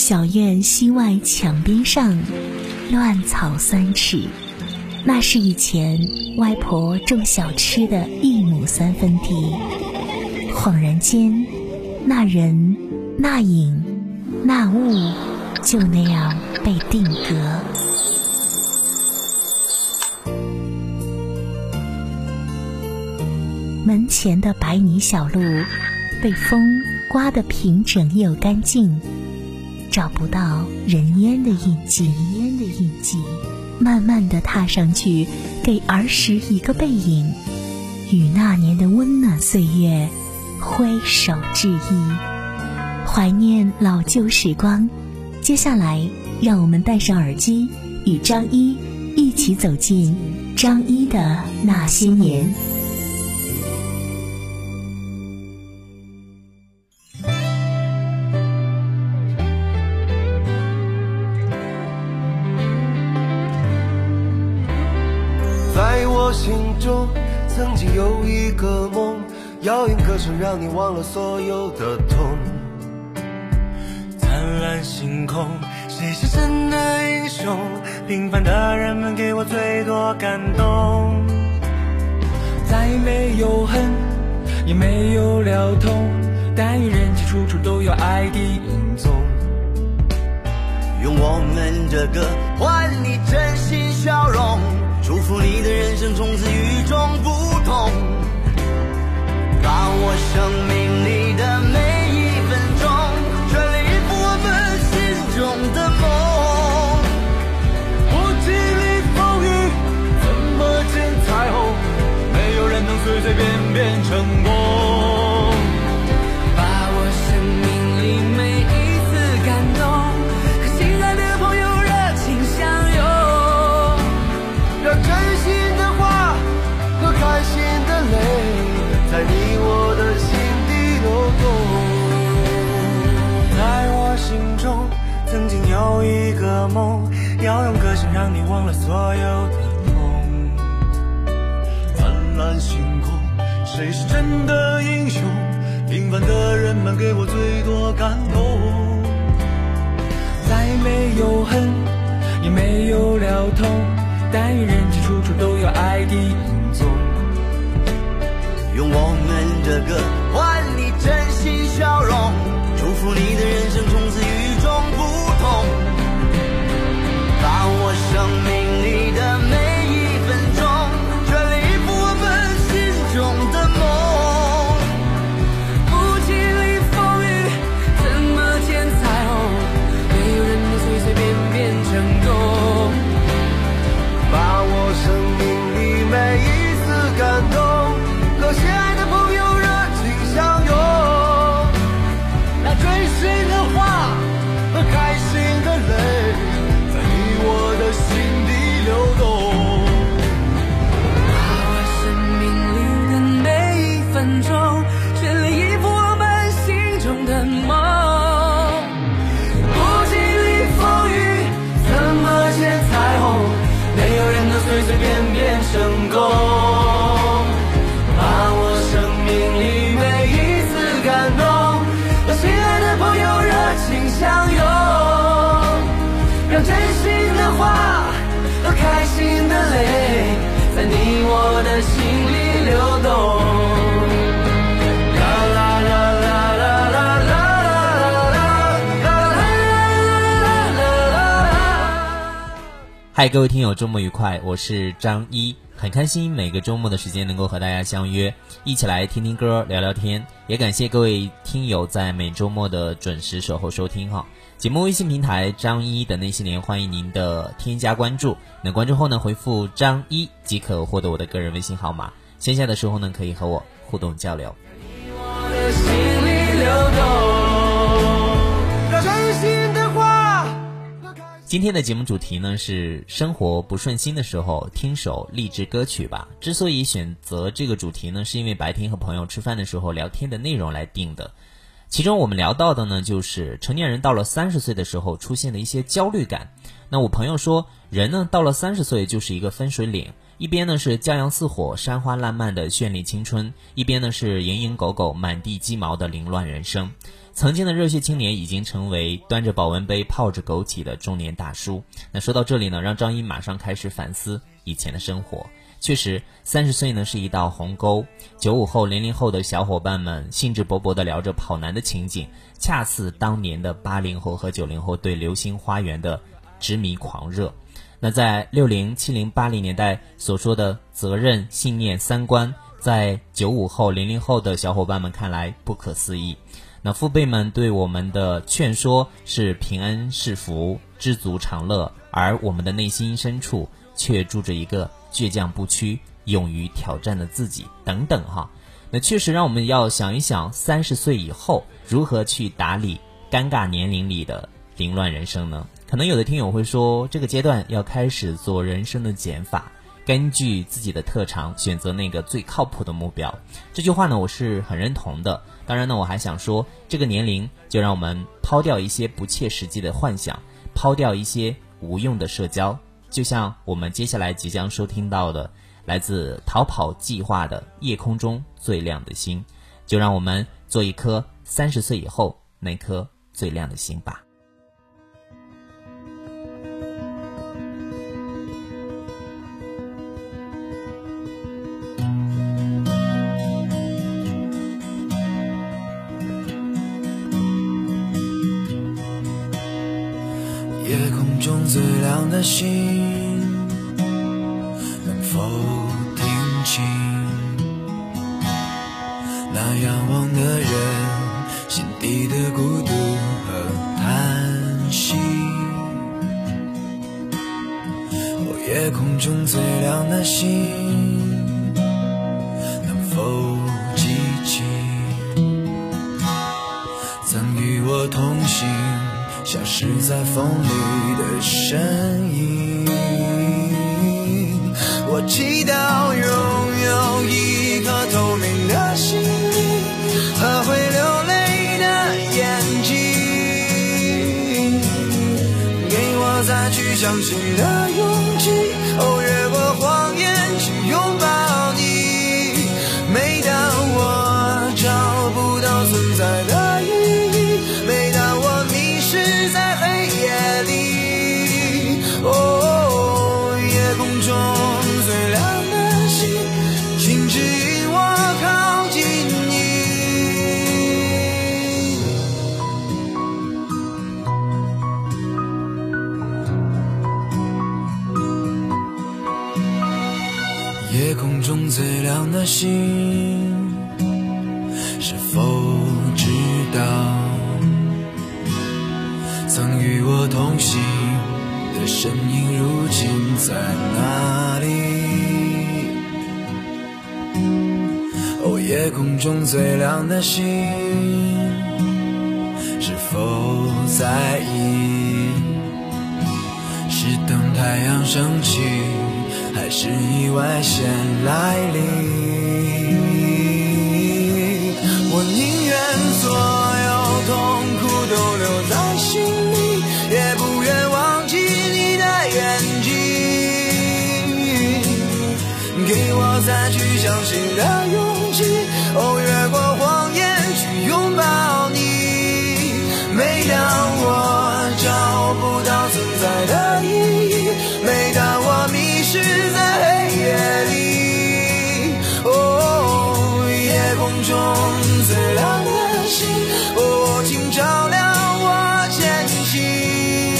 小院西外墙边上，乱草3尺，那是以前外婆种小吃的1亩3分地。恍然间，那人、那影、那物就那样被定格。门前的白泥小路被风刮得平整又干净，找不到人烟的印记。慢慢地踏上去，给儿时一个背影，与那年的温暖岁月挥手致意，怀念老旧时光。接下来让我们戴上耳机，与张一一起走进张一的那些年。 在我心中曾经有一个梦，遥远歌声让你忘了所有的痛。 灿烂星空，谁是真的英雄？平凡的人们给我最多感动。再没有恨，也没有了痛，但愿人间处处都有爱的影踪。 用我们的歌换你真心笑容，祝福你的人生从此与众不同。把我生命里的每一分钟，全力以赴我们心中的梦。 不经历风雨，怎么见彩虹？没有人能随随便便成功。把我生命里每一次感动，和心爱的朋友热情相拥， 让真心的话和开心的泪，在你我的心底流动。 在我心中曾经有一个梦，要用歌声让你忘了所有的痛。 灿烂星空， 谁是真的英雄？平凡的人们给我最多感动。再没有恨，也没有了痛，但愿人间处处都有爱的影踪。 用我们的歌换你真心笑容，祝福你的人生从此与众不同。把我生命里的每一分钟，全力以赴我们心中的梦。 不经历风雨，怎么见彩虹？没有人能随随便便成功。 把我生命里每一次感动，和心爱的朋友热情相拥。 那真心的话和开心的泪，在你我的心底流动。 把我生命里的每一分钟，全力以赴我们心中的梦。不经历风雨，怎么见彩虹？没有人能随随便便成功。把我生命里每一次感动，和心爱的朋友热情相拥，让真心的话和开心的泪，在你我的心里流动。啦啦啦啦啦啦啦嗨，各位听友，周末愉快！我是张一，很开心每个周末的时间能够和大家相约，一起来听听歌、聊聊天。也感谢各位听友在每周末的准时守候收听哈。节目微信平台张一的那些年，欢迎您的添加关注。那关注后呢，回复张一即可获得我的个人微信号码。线下的时候呢，可以和我互动交流。 我的心里流动， 让真心的话。 今天的节目主题呢是生活不顺心的时候听首励志歌曲吧。之所以选择这个主题呢，是因为白天和朋友吃饭的时候聊天的内容来定的。其中我们聊到的呢，就是成年人到了30岁的时候出现的一些焦虑感。那我朋友说，人呢到了30岁就是一个分水岭， 一边呢是骄阳似火、山花烂漫的绚丽青春，一边呢是蝇营狗苟、满地鸡毛的凌乱人生。曾经的热血青年已经成为端着保温杯泡着枸杞的中年大叔。那说到这里呢，让张一马上开始反思以前的生活。确实30岁呢是一道鸿沟，95后00后的小伙伴们兴致勃勃地聊着跑男的情景，恰似当年的80后和90后对流星花园的执迷狂热。那在60、70、80年代所说的责任、信念、三观，在95后00后的小伙伴们看来不可思议。那父辈们对我们的劝说是平安是福、知足常乐，而我们的内心深处却住着一个倔强不屈、勇于挑战的自己等等哈。那确实让我们要想一想，30岁以后如何去打理尴尬年龄里的凌乱人生呢？可能有的听友会说，这个阶段要开始做人生的减法，根据自己的特长选择那个最靠谱的目标。这句话呢，我是很认同的。当然呢，我还想说，这个年龄就让我们抛掉一些不切实际的幻想，抛掉一些无用的社交，就像我们接下来即将收听到的来自逃跑计划的夜空中最亮的星，就让我们做一颗30岁以后那颗最亮的星吧。 夜空中最亮的星，能否听清那仰望的人心底的孤独和叹息？哦，夜空中最亮的星，能否记起曾与我同行消失在风里的身影？我祈祷拥有一颗透明的心灵和会流泪的眼睛，给我再去相信的勇气，哦，越过谎言去拥抱你。每当我找不到存在的意义，每当我迷失在黑夜里，哦，夜空中最亮的星，请指引我靠近你。夜空中最亮的星，是否知道曾与我同行的身影如今在哪里？哦，夜空中最亮的星，是否在意？是等太阳升起，还是意外先来临？我宁愿所有痛苦都留在心里，也不愿忘记你的眼睛，给我再去相信的勇气，哦，越过谎言去拥抱你。每当我找不到存在的意义，每当我迷失在黑夜里，哦，夜空中最亮的星，哦，请照亮我前行。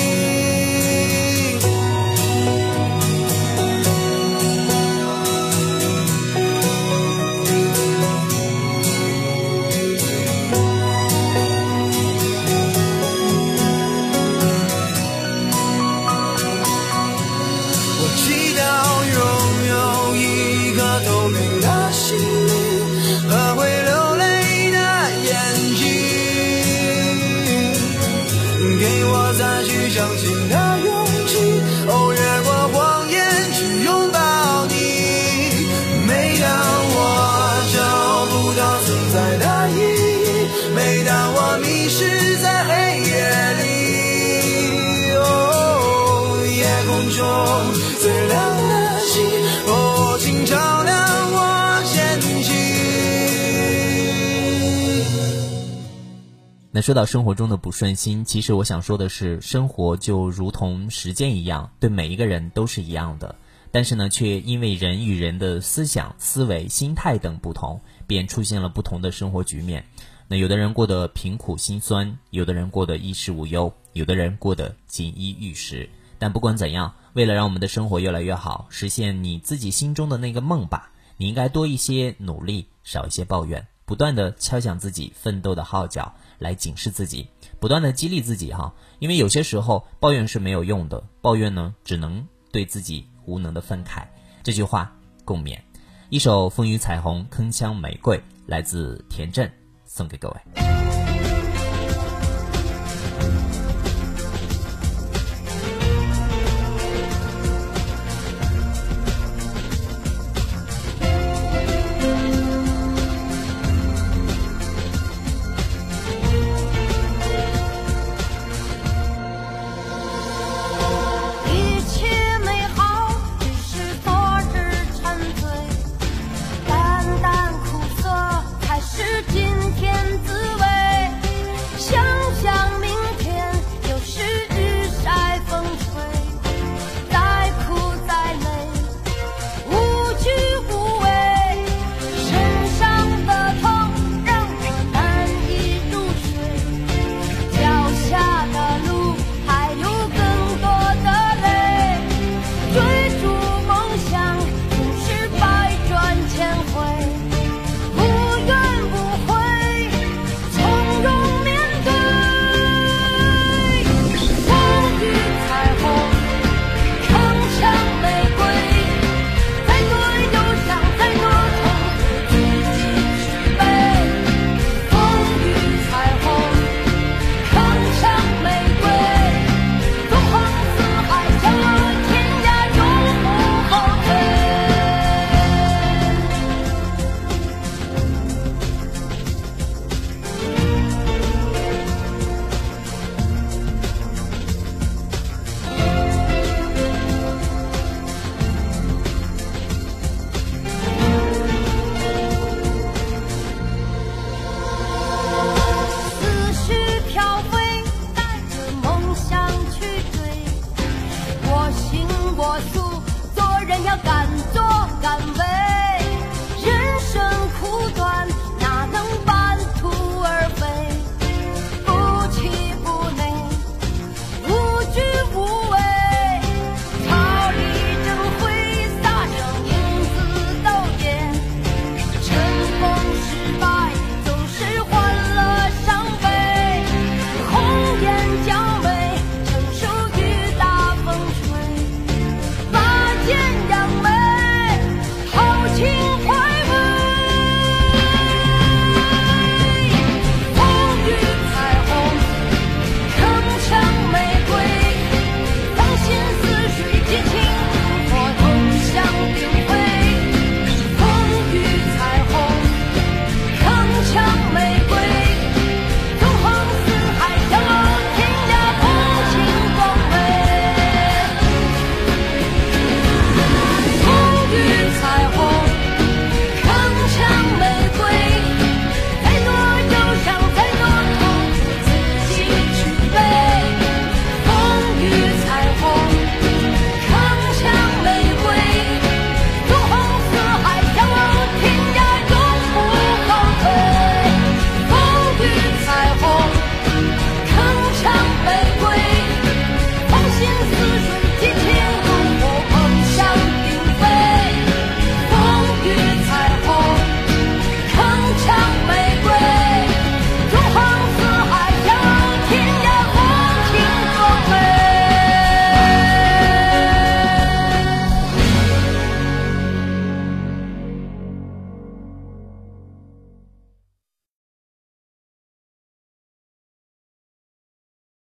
我祈祷拥有一颗透明的心灵和会流泪的眼睛，给我再去相信的勇气，哦，越过谎言去拥抱你。每当我找不到存在的意义，每当我迷失在黑夜里，哦，夜空中最亮的星，哦， 那说到生活中的不顺心，其实我想说的是，生活就如同时间一样，对每一个人都是一样的，但是呢，却因为人与人的思想、思维、心态等不同，便出现了不同的生活局面。那有的人过得贫苦辛酸，有的人过得衣食无忧，有的人过得锦衣玉食。但不管怎样，为了让我们的生活越来越好，实现你自己心中的那个梦吧，你应该多一些努力，少一些抱怨，不断的敲响自己奋斗的号角，来警示自己，不断的激励自己哈。因为有些时候抱怨是没有用的，抱怨呢只能对自己无能的愤慨。这句话共勉。一首风雨彩虹铿锵玫瑰，来自田震，送给各位。